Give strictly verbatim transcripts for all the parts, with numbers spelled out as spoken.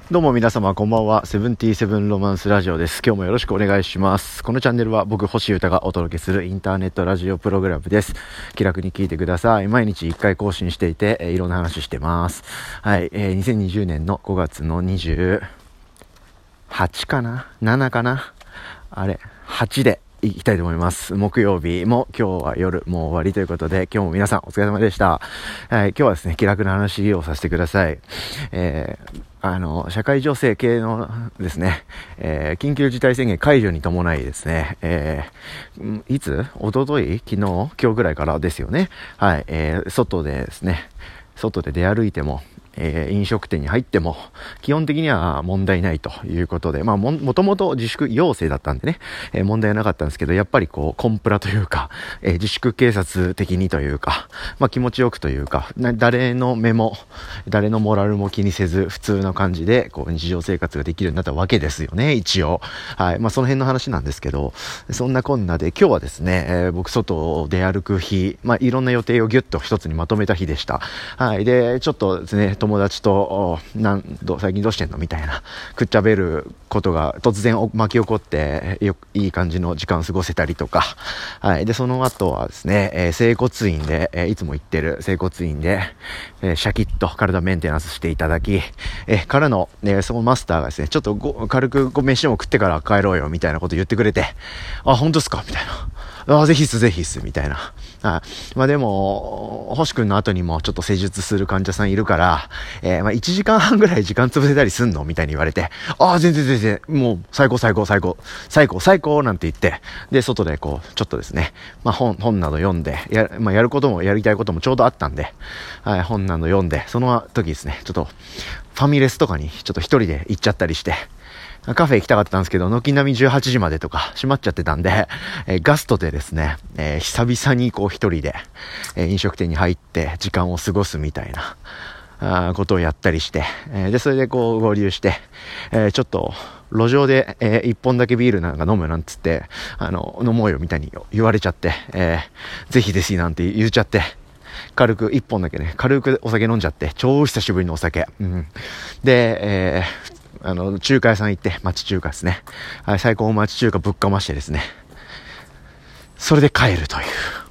どうも皆様こんばんは。セブンティーセブンロマンスラジオです。今日もよろしくお願いします。このチャンネルは僕星歌がお届けするインターネットラジオプログラムです。気楽に聞いてください。毎日いっかい更新していて、えー、いろんな話してます。はい、えー、にせんにじゅうねんのごがつのにじゅうはちかなななかなあれはちでいきたいと思います。木曜日も今日は夜もう終わりということで、今日も皆さんお疲れ様でした。はい、今日はですね、気楽な話をさせてください。えー、あの、社会情勢系のですね、えー、緊急事態宣言解除に伴いですね、えー、いつ一昨日昨日今日ぐらいからですよね。はい、えー、外でですね、外で出歩いても、えー、飲食店に入っても基本的には問題ないということで、まあも、もともと自粛要請だったんでね、えー、問題はなかったんですけど、やっぱりこうコンプラというか、えー、自粛警察的にというか、まあ気持ちよくというか、誰の目も誰のモラルも気にせず普通の感じでこう日常生活ができるようになったわけですよね、一応。はい、まあその辺の話なんですけど、そんなこんなで今日はですね、えー、僕外を出歩く日、まあいろんな予定をギュッと一つにまとめた日でした。はい、でちょっとですね、友達となんど最近どうしてんのみたいなくっちゃべることが突然巻き起こってよいい感じの時間を過ごせたりとか、はい、でその後はですね、えー、整骨院で、えー、いつも行ってる整骨院で、えー、シャキッと体メンテナンスしていただき、えー、からの、えー、そのマスターがですね、ちょっとご軽くご飯も食ってから帰ろうよみたいなこと言ってくれて、あ、本当ですかみたいな、あ、ぜひっすぜひっすみたいな。はい、まあでも星くんの後にもちょっと施術する患者さんいるから、えー、まあいちじかんはんぐらい時間潰せたりすんのみたいに言われて、ああ全然全然もう最高最高最高最高最高なんて言って、で外でこうちょっとですね、まあ本本など読んでや、まあ、やることもやりたいこともちょうどあったんで、はい、本など読んで、その時ですね、ちょっとファミレスとかにちょっと一人で行っちゃったりして、カフェ行きたかったんですけど、軒並みじゅうはちじまでとか閉まっちゃってたんで、えー、ガストでですね、えー、久々にこう一人で、えー、飲食店に入って時間を過ごすみたいなあことをやったりして、えー、でそれでこう合流して、えー、ちょっと路上で、えー、一本だけビールなんか飲むなんつってあの飲もうよみたいに言われちゃって、えー、ぜひぜひなんて言っちゃって、軽く一本だけね軽くお酒飲んじゃって、超久しぶりのお酒、うん、で、えーあの中華屋さん行って町中華ですね、はい、最高町中華ぶっかましてですね、それで帰るという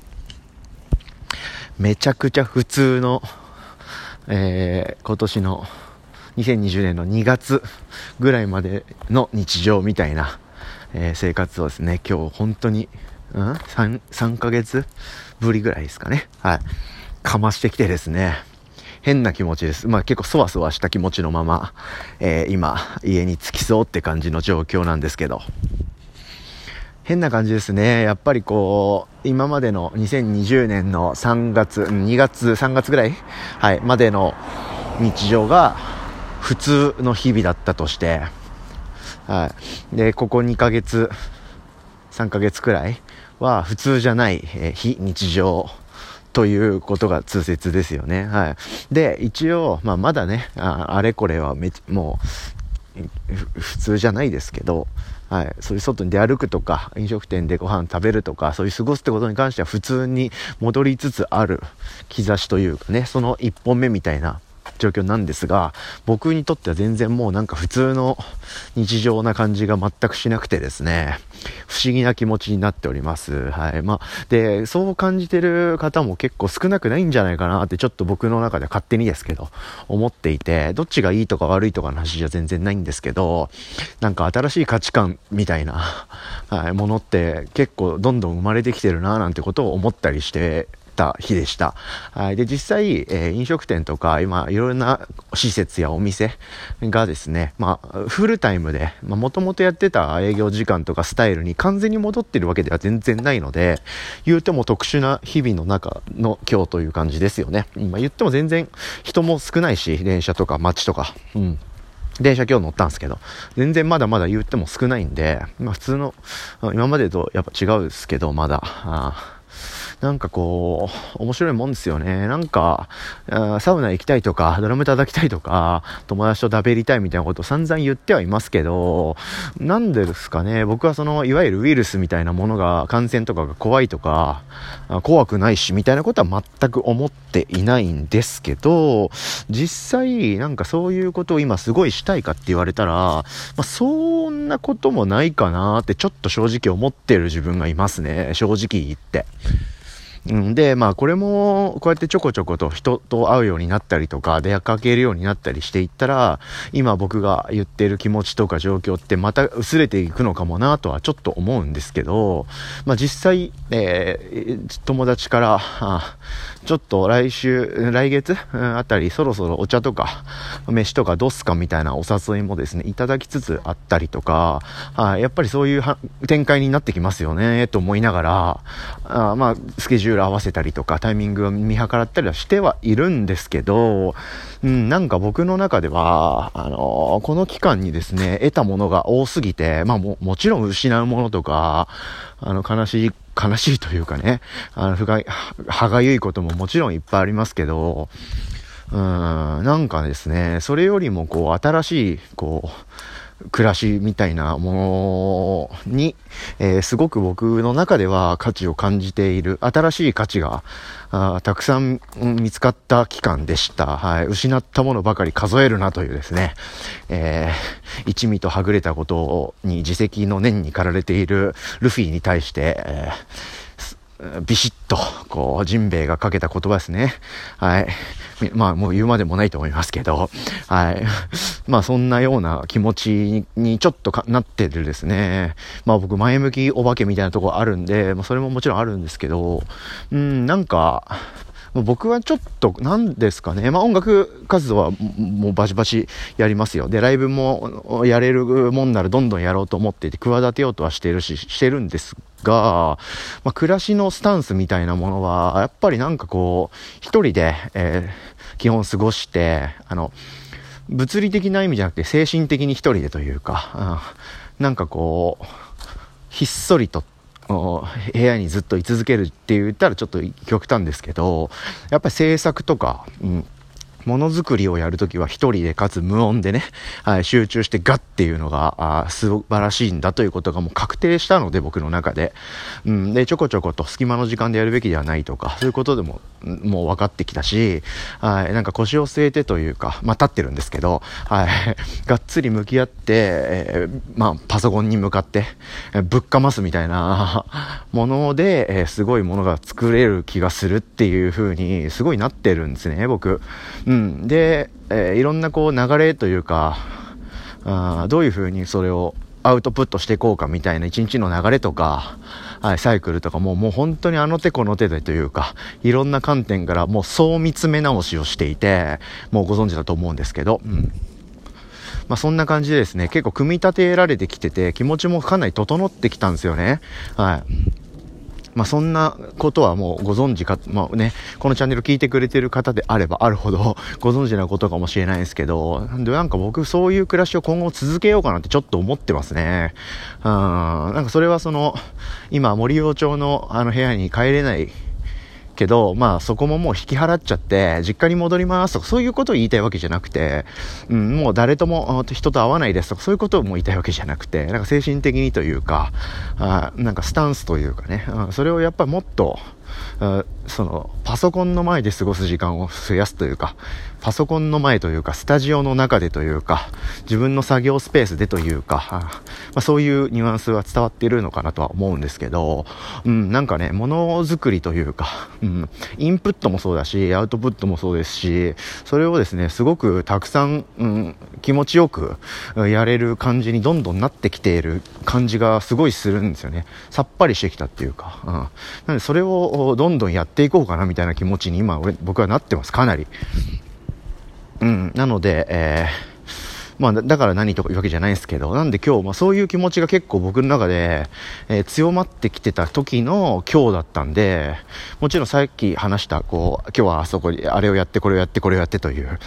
めちゃくちゃ普通の、えー、今年のにせんにじゅうねんのにがつぐらいまでの日常みたいな、えー、生活をですね、今日本当に、うん、3, 3ヶ月ぶりぐらいですかね、はい、かましてきてですね、変な気持ちです。まあ結構そわそわした気持ちのまま、えー、今家に着きそうって感じの状況なんですけど、変な感じですね。やっぱりこう今までのにせんにじゅうねんのさんがつにがつさんがつぐらい、はい、までの日常が普通の日々だったとして、はい、でここにかげつさんかげつくらいは普通じゃない、えー、非日常ということが通説ですよね。はい。で、一応、まあ、まだね、あ、あれこれはめもう普通じゃないですけど、はい、そういう外に出歩くとか飲食店でご飯食べるとかそういう過ごすってことに関しては普通に戻りつつある兆しというかね、その一本目みたいな状況なんですが、僕にとっては全然もうなんか普通の日常な感じが全くしなくてですね、不思議な気持ちになっております。はい。まあ、で、そう感じてる方も結構少なくないんじゃないかなってちょっと僕の中で勝手にですけど思っていて、どっちがいいとか悪いとかの話じゃ全然ないんですけど、なんか新しい価値観みたいな、はい、ものって結構どんどん生まれてきてるななんてことを思ったりしてた日でした。はい、で実際、えー、飲食店とか今いろんな施設やお店がですね、まあフルタイムでもともとやってた営業時間とかスタイルに完全に戻ってるわけでは全然ないので、言うても特殊な日々の中の今日という感じですよね。今言っても全然人も少ないし、電車とか街とか、うん。電車今日乗ったんですけど、全然まだまだ言っても少ないんで、まあ普通の今までとやっぱ違うですけど、まだあなんかこう面白いもんですよね。なんかサウナ行きたいとかドラム叩きたいとか友達と食べりたいみたいなことを散々言ってはいますけど、なんでですかね、僕はそのいわゆるウイルスみたいなものが感染とかが怖いとか怖くないしみたいなことは全く思っていないんですけど、実際なんかそういうことを今すごいしたいかって言われたら、まあ、そんなこともないかなってちょっと正直思ってる自分がいますね、正直言って。うん、でまあこれもこうやってちょこちょこと人と会うようになったりとか出かけるようになったりしていったら、今僕が言っている気持ちとか状況ってまた薄れていくのかもなとはちょっと思うんですけど、まあ実際、えー、友達からあちょっと来週来月、うん、あたりそろそろお茶とか飯とかどうすかみたいなお誘いもですねいただきつつあったりとか、あやっぱりそういう展開になってきますよねと思いながら、あまあスケジュール合わせたりとかタイミングを見計らったりはしてはいるんですけど、うん、なんか僕の中ではあのー、この期間にですね得たものが多すぎて、まあ も, もちろん失うものとかあの悲しい悲しいというかね、あの、ふが、歯がゆいことももちろんいっぱいありますけど、うーん、なんかですね、それよりもこう、新しい、こう、暮らしみたいなものに、えー、すごく僕の中では価値を感じている、新しい価値が、あたくさん、うん、見つかった期間でした。はい。失ったものばかり数えるなというですね、えー、一味とはぐれたことに自責の念に駆られているルフィに対して、えー、ビシッと、こう、ジンベエがかけた言葉ですね。はい。まあ、もう言うまでもないと思いますけど、はい。まあ、そんなような気持ちにちょっとかなってるですね。まあ、僕、前向きお化けみたいなところあるんで、まあ、それももちろんあるんですけど、うん、なんか、僕はちょっと、なんですかね。まあ、音楽活動はもうバシバシやりますよ。で、ライブもやれるもんならどんどんやろうと思っていて、企てようとはしてるし、してるんですが、まあ、暮らしのスタンスみたいなものは、やっぱりなんかこう、一人で、えー、基本過ごして、あの、物理的な意味じゃなくて精神的に一人でというか、うん、なんかこう、ひっそりと、部屋にずっと居続けるって言ったらちょっと極端ですけど、やっぱり制作とか、うんものづくりをやるときは一人でかつ無音でね、はい、集中してガッっていうのがあ素晴らしいんだということがもう確定したので、僕の中で、うん、でちょこちょこと隙間の時間でやるべきではないとかそういうことでももう分かってきたし、はい、なんか腰を据えてというか、まあ立ってるんですけど、はい、がっつり向き合って、えー、まあパソコンに向かって、えー、ぶっかますみたいなもので、えー、すごいものが作れる気がするっていう風にすごいなってるんですね、僕。うんうんで、えー、いろんなこう流れというか、あどういう風にそれをアウトプットしていこうかみたいな一日の流れとか、はい、サイクルとかももう本当にあの手この手でというか、いろんな観点からもうそう見つめ直しをしていて、もうご存知だと思うんですけど、うんまあ、そんな感じでですね、結構組み立てられてきてて気持ちもかなり整ってきたんですよね。はいまあ、そんなことはもうご存知か、まあね、このチャンネル聞いてくれてる方であればあるほどご存知なことかもしれないですけど、なんでなんか僕そういう暮らしを今後続けようかなってちょっと思ってますね。うん、なんかそれはその、今森陽町のあの部屋に帰れないけど、まあそこももう引き払っちゃって実家に戻りますとかそういうことを言いたいわけじゃなくて、うん、もう誰とも人と会わないですとかそういうことをもう言いたいわけじゃなくて、なんか精神的にというか、あなんかスタンスというかね、あそれをやっぱりもっとそのパソコンの前で過ごす時間を増やすというか、パソコンの前というかスタジオの中でというか自分の作業スペースでというか、まあ、そういうニュアンスは伝わっているのかなとは思うんですけど、うん、なんかねものづくりというか、うん、インプットもそうだしアウトプットもそうですし、それをですねすごくたくさん、うん、気持ちよくやれる感じにどんどんなってきている感じがすごいするんですよね。さっぱりしてきたっていうか、うん、なのでそれをどんどんやっていこうかなみたいな気持ちに今俺僕はなってます、かなり。うん、なので、えー、まあだから何とかいうわけじゃないんですけど、なんで今日、まあそういう気持ちが結構僕の中で、えー、強まってきてた時の今日だったんで、もちろんさっき話したこう今日はあそこにあれをやってこれをやってこれをやってという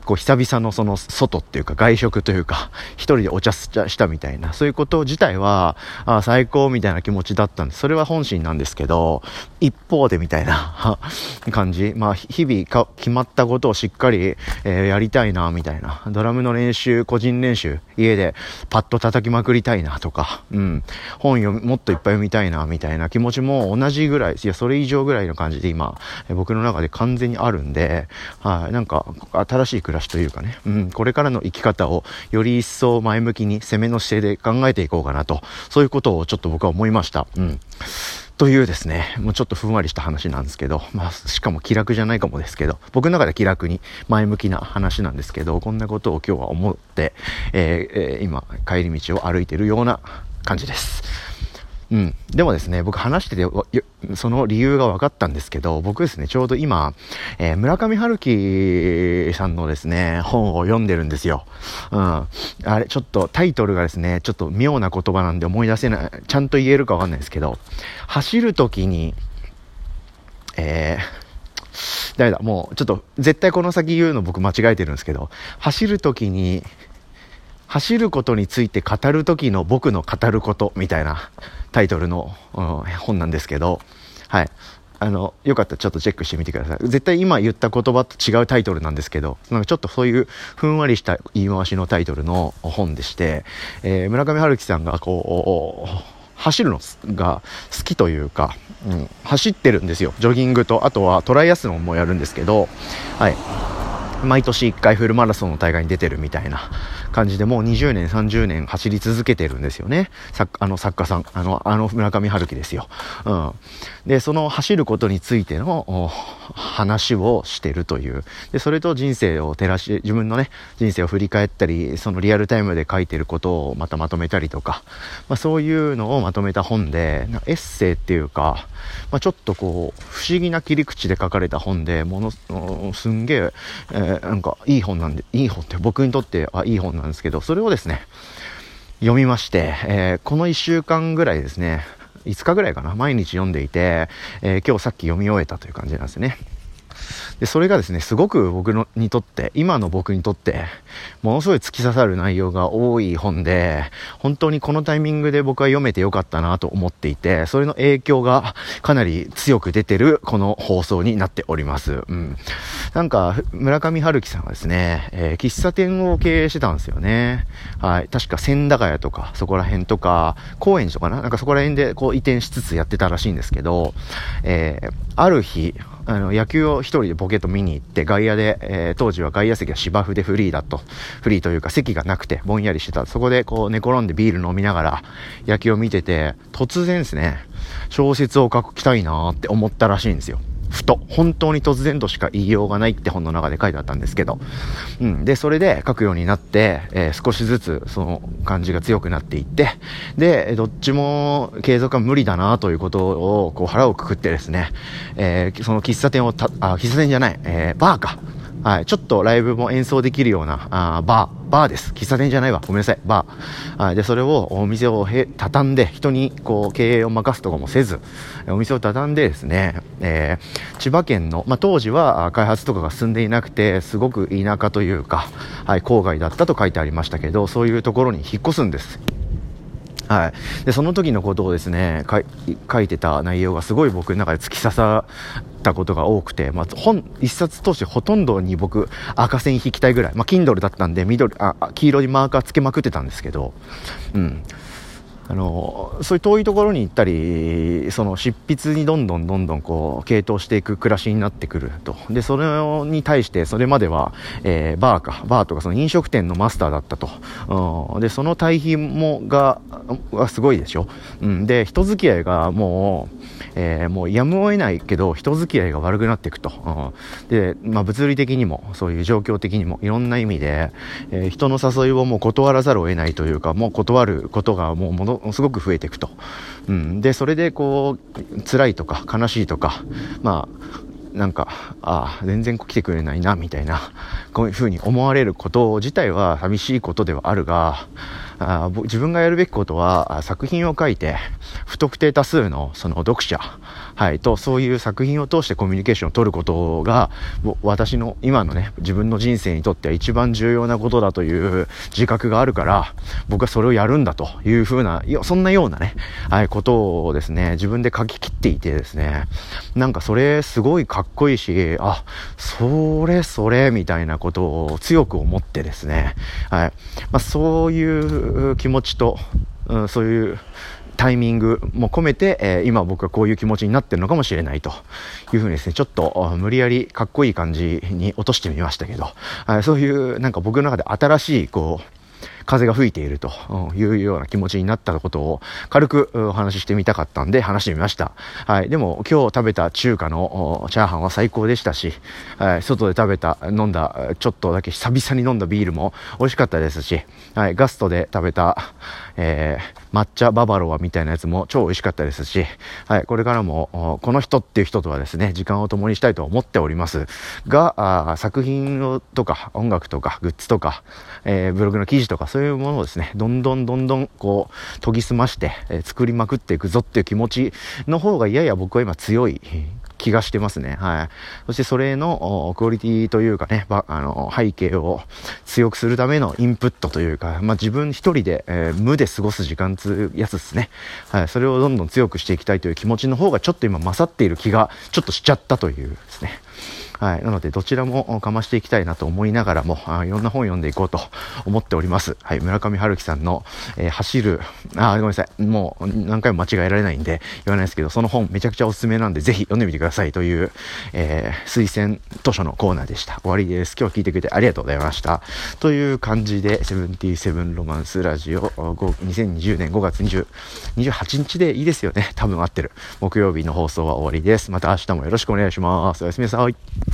こう久々のその外っていうか外食というか一人でお茶したみたいなそういうこと自体はあ最高みたいな気持ちだったんで、それは本心なんですけど、一方でみたいな感じ、まあ日々か決まったことをしっかり、えー、やりたいなみたいな、ドラムの練習個人練習家でパッと叩きまくりたいなとか、うん、本読もっといっぱい読みたいなみたいな気持ちも同じぐらい、いやそれ以上ぐらいの感じで今僕の中で完全にあるんで、はい、なんか新しい暮らしというかね、うん、これからの生き方をより一層前向きに攻めの姿勢で考えていこうかなと、そういうことをちょっと僕は思いました。うんというですね、もうちょっとふんわりした話なんですけど、まあしかも気楽じゃないかもですけど、僕の中で気楽に前向きな話なんですけど、こんなことを今日は思って、えーえー、今帰り道を歩いているような感じです。うん、でもですね、僕話しててその理由が分かったんですけど、僕ですねちょうど今、えー、村上春樹さんのですね本を読んでるんですよ。うん、あれちょっとタイトルがですねちょっと妙な言葉なんで思い出せない、ちゃんと言えるか分かんないですけど、走るときにえー、ダメだ、もうちょっと絶対この先言うの僕間違えてるんですけど、走るときに走ることについて語る時の僕の語ることみたいなタイトルの、うん、本なんですけど、はい、あのよかったらちょっとチェックしてみてください。絶対今言った言葉と違うタイトルなんですけど、なんかちょっとそういうふんわりした言い回しのタイトルの本でして、えー、村上春樹さんがこう走るのが好きというか、うん、走ってるんですよ。ジョギングとあとはトライアスロンもやるんですけど、はい、毎年いっかいフルマラソンの大会に出てるみたいな感じで、もうにじゅうねんさんじゅうねん走り続けてるんですよね。あの作家さん、あのあの村上春樹ですよ。うん、でその走ることについての話をしてるという、でそれと人生を照らし、自分のね人生を振り返ったり、そのリアルタイムで書いてることをまたまとめたりとか、まあ、そういうのをまとめた本で、エッセイっていうか、まあ、ちょっとこう不思議な切り口で書かれた本で、ものすんげええー、なんかいい本なんで、いい本って僕にとってはいい本なんですけど、それをですね読みまして、えー、このいっしゅうかんぐらいですね、いつかぐらいかな、毎日読んでいて、えー、今日さっき読み終えたという感じなんですね。でそれがですねすごく僕のにとって今の僕にとってものすごい突き刺さる内容が多い本で、本当にこのタイミングで僕は読めてよかったなと思っていて、それの影響がかなり強く出てるこの放送になっております。うん、なんか村上春樹さんはですね、えー、喫茶店を経営してたんですよね。はい、確か千駄ヶ谷とかそこら辺とか高円寺とかな、なんかそこら辺でこう移転しつつやってたらしいんですけど、えー、ある日あの野球を一人でボケッと見に行って、外野で、えー、当時は外野席は芝生でフリーだと、フリーというか席がなくてぼんやりしてた、そこでこう寝転んでビール飲みながら野球を見てて、突然ですね小説を書きたいなって思ったらしいんですよ。ふと、本当に突然としか言いようがないって本の中で書いてあったんですけど、うん、でそれで書くようになって、えー、少しずつその感じが強くなっていって、でどっちも継続は無理だなということをこう腹をくくってですね、えー、その喫茶店をたあ喫茶店じゃない、えー、バーか、はい、ちょっとライブも演奏できるようなあーバーバーです。喫茶店じゃないわ、ごめんなさい、バー。はい、でそれをお店をへ畳んで、人にこう経営を任すとかもせず、お店を畳んでですね、えー、千葉県の、まあ、当時は開発とかが進んでいなくてすごく田舎というか、はい、郊外だったと書いてありましたけど、そういうところに引っ越すんです。はい、でその時のことをですねかい書いてた内容がすごい僕の中で突き刺さったことが多くて、まあ、本一冊通してほとんどに僕赤線引きたいぐらい、まあ、Kindle だったんで緑あ黄色にマーカーつけまくってたんですけど、うんあのそういう遠いところに行ったり、その執筆にどんどんどんどんこう傾倒していく暮らしになってくると。でそれに対してそれまでは、えー、バーかバーとかその飲食店のマスターだったと、うん、でその対比もががすごいでしょ、うん、で人付き合いがもう、えー、もうやむを得ないけど人付き合いが悪くなっていくと、うん、で、まあ、物理的にもそういう状況的にもいろんな意味で、えー、人の誘いをもう断らざるを得ないというか、もう断ることがもうものすごく増えていくと、うん、でそれでこう辛いとか悲しいとか、まあなんかあ全然来てくれないなみたいな、こういう風に思われること自体は寂しいことではあるが、 あ自分がやるべきことは作品を書いて不特定多数のその読者、はい、とそういう作品を通してコミュニケーションを取ることが私の今のね自分の人生にとっては一番重要なことだという自覚があるから僕はそれをやるんだというふうなそんなようなね、はい、ことをですね自分で書き切っていてですね、なんかそれすごいかっこいいし、あそれそれみたいなことを強く思ってですね、はい、まあ、そういう気持ちと、うん、そういうタイミングも込めて、えー、今僕はこういう気持ちになってるのかもしれないというふうにですね、ちょっと無理やりかっこいい感じに落としてみましたけど、はい、そういうなんか僕の中で新しいこう風が吹いているというような気持ちになったことを軽くお話ししてみたかったんで話してみました。はい。でも今日食べた中華のチャーハンは最高でしたし、はい、外で食べた飲んだちょっとだけ久々に飲んだビールも美味しかったですし、はい、ガストで食べた、えー、抹茶ババロアみたいなやつも超美味しかったですし、はい、これからもこの人っていう人とはですね時間を共にしたいと思っておりますが、あ作品をとか音楽とかグッズとか、えー、ブログの記事とかそういうものをですねどんどんどんどんこう研ぎ澄まして、えー、作りまくっていくぞっていう気持ちの方がやや僕は今強い気がしてますね。はい。そしてそれのクオリティというかね、あの背景を強くするためのインプットというか、まあ、自分一人で、えー、無で過ごす時間つうやつですね。はい。それをどんどん強くしていきたいという気持ちの方がちょっと今勝っている気がちょっとしちゃったというですね。はい。なので、どちらもかましていきたいなと思いながらも、あいろんな本を読んでいこうと思っております。はい。村上春樹さんの、えー、走る、あ、ごめんなさい。もう何回も間違えられないんで言わないですけど、その本めちゃくちゃおすすめなんで、ぜひ読んでみてくださいという、えー、推薦図書のコーナーでした。終わりです。今日は聞いてくれてありがとうございました。という感じで、セブンティーセブンロマンスラジオ、にせんにじゅうねんごがつにじゅうはちにちでいいですよね。多分合ってる。木曜日の放送は終わりです。また明日もよろしくお願いします。おやすみなさい。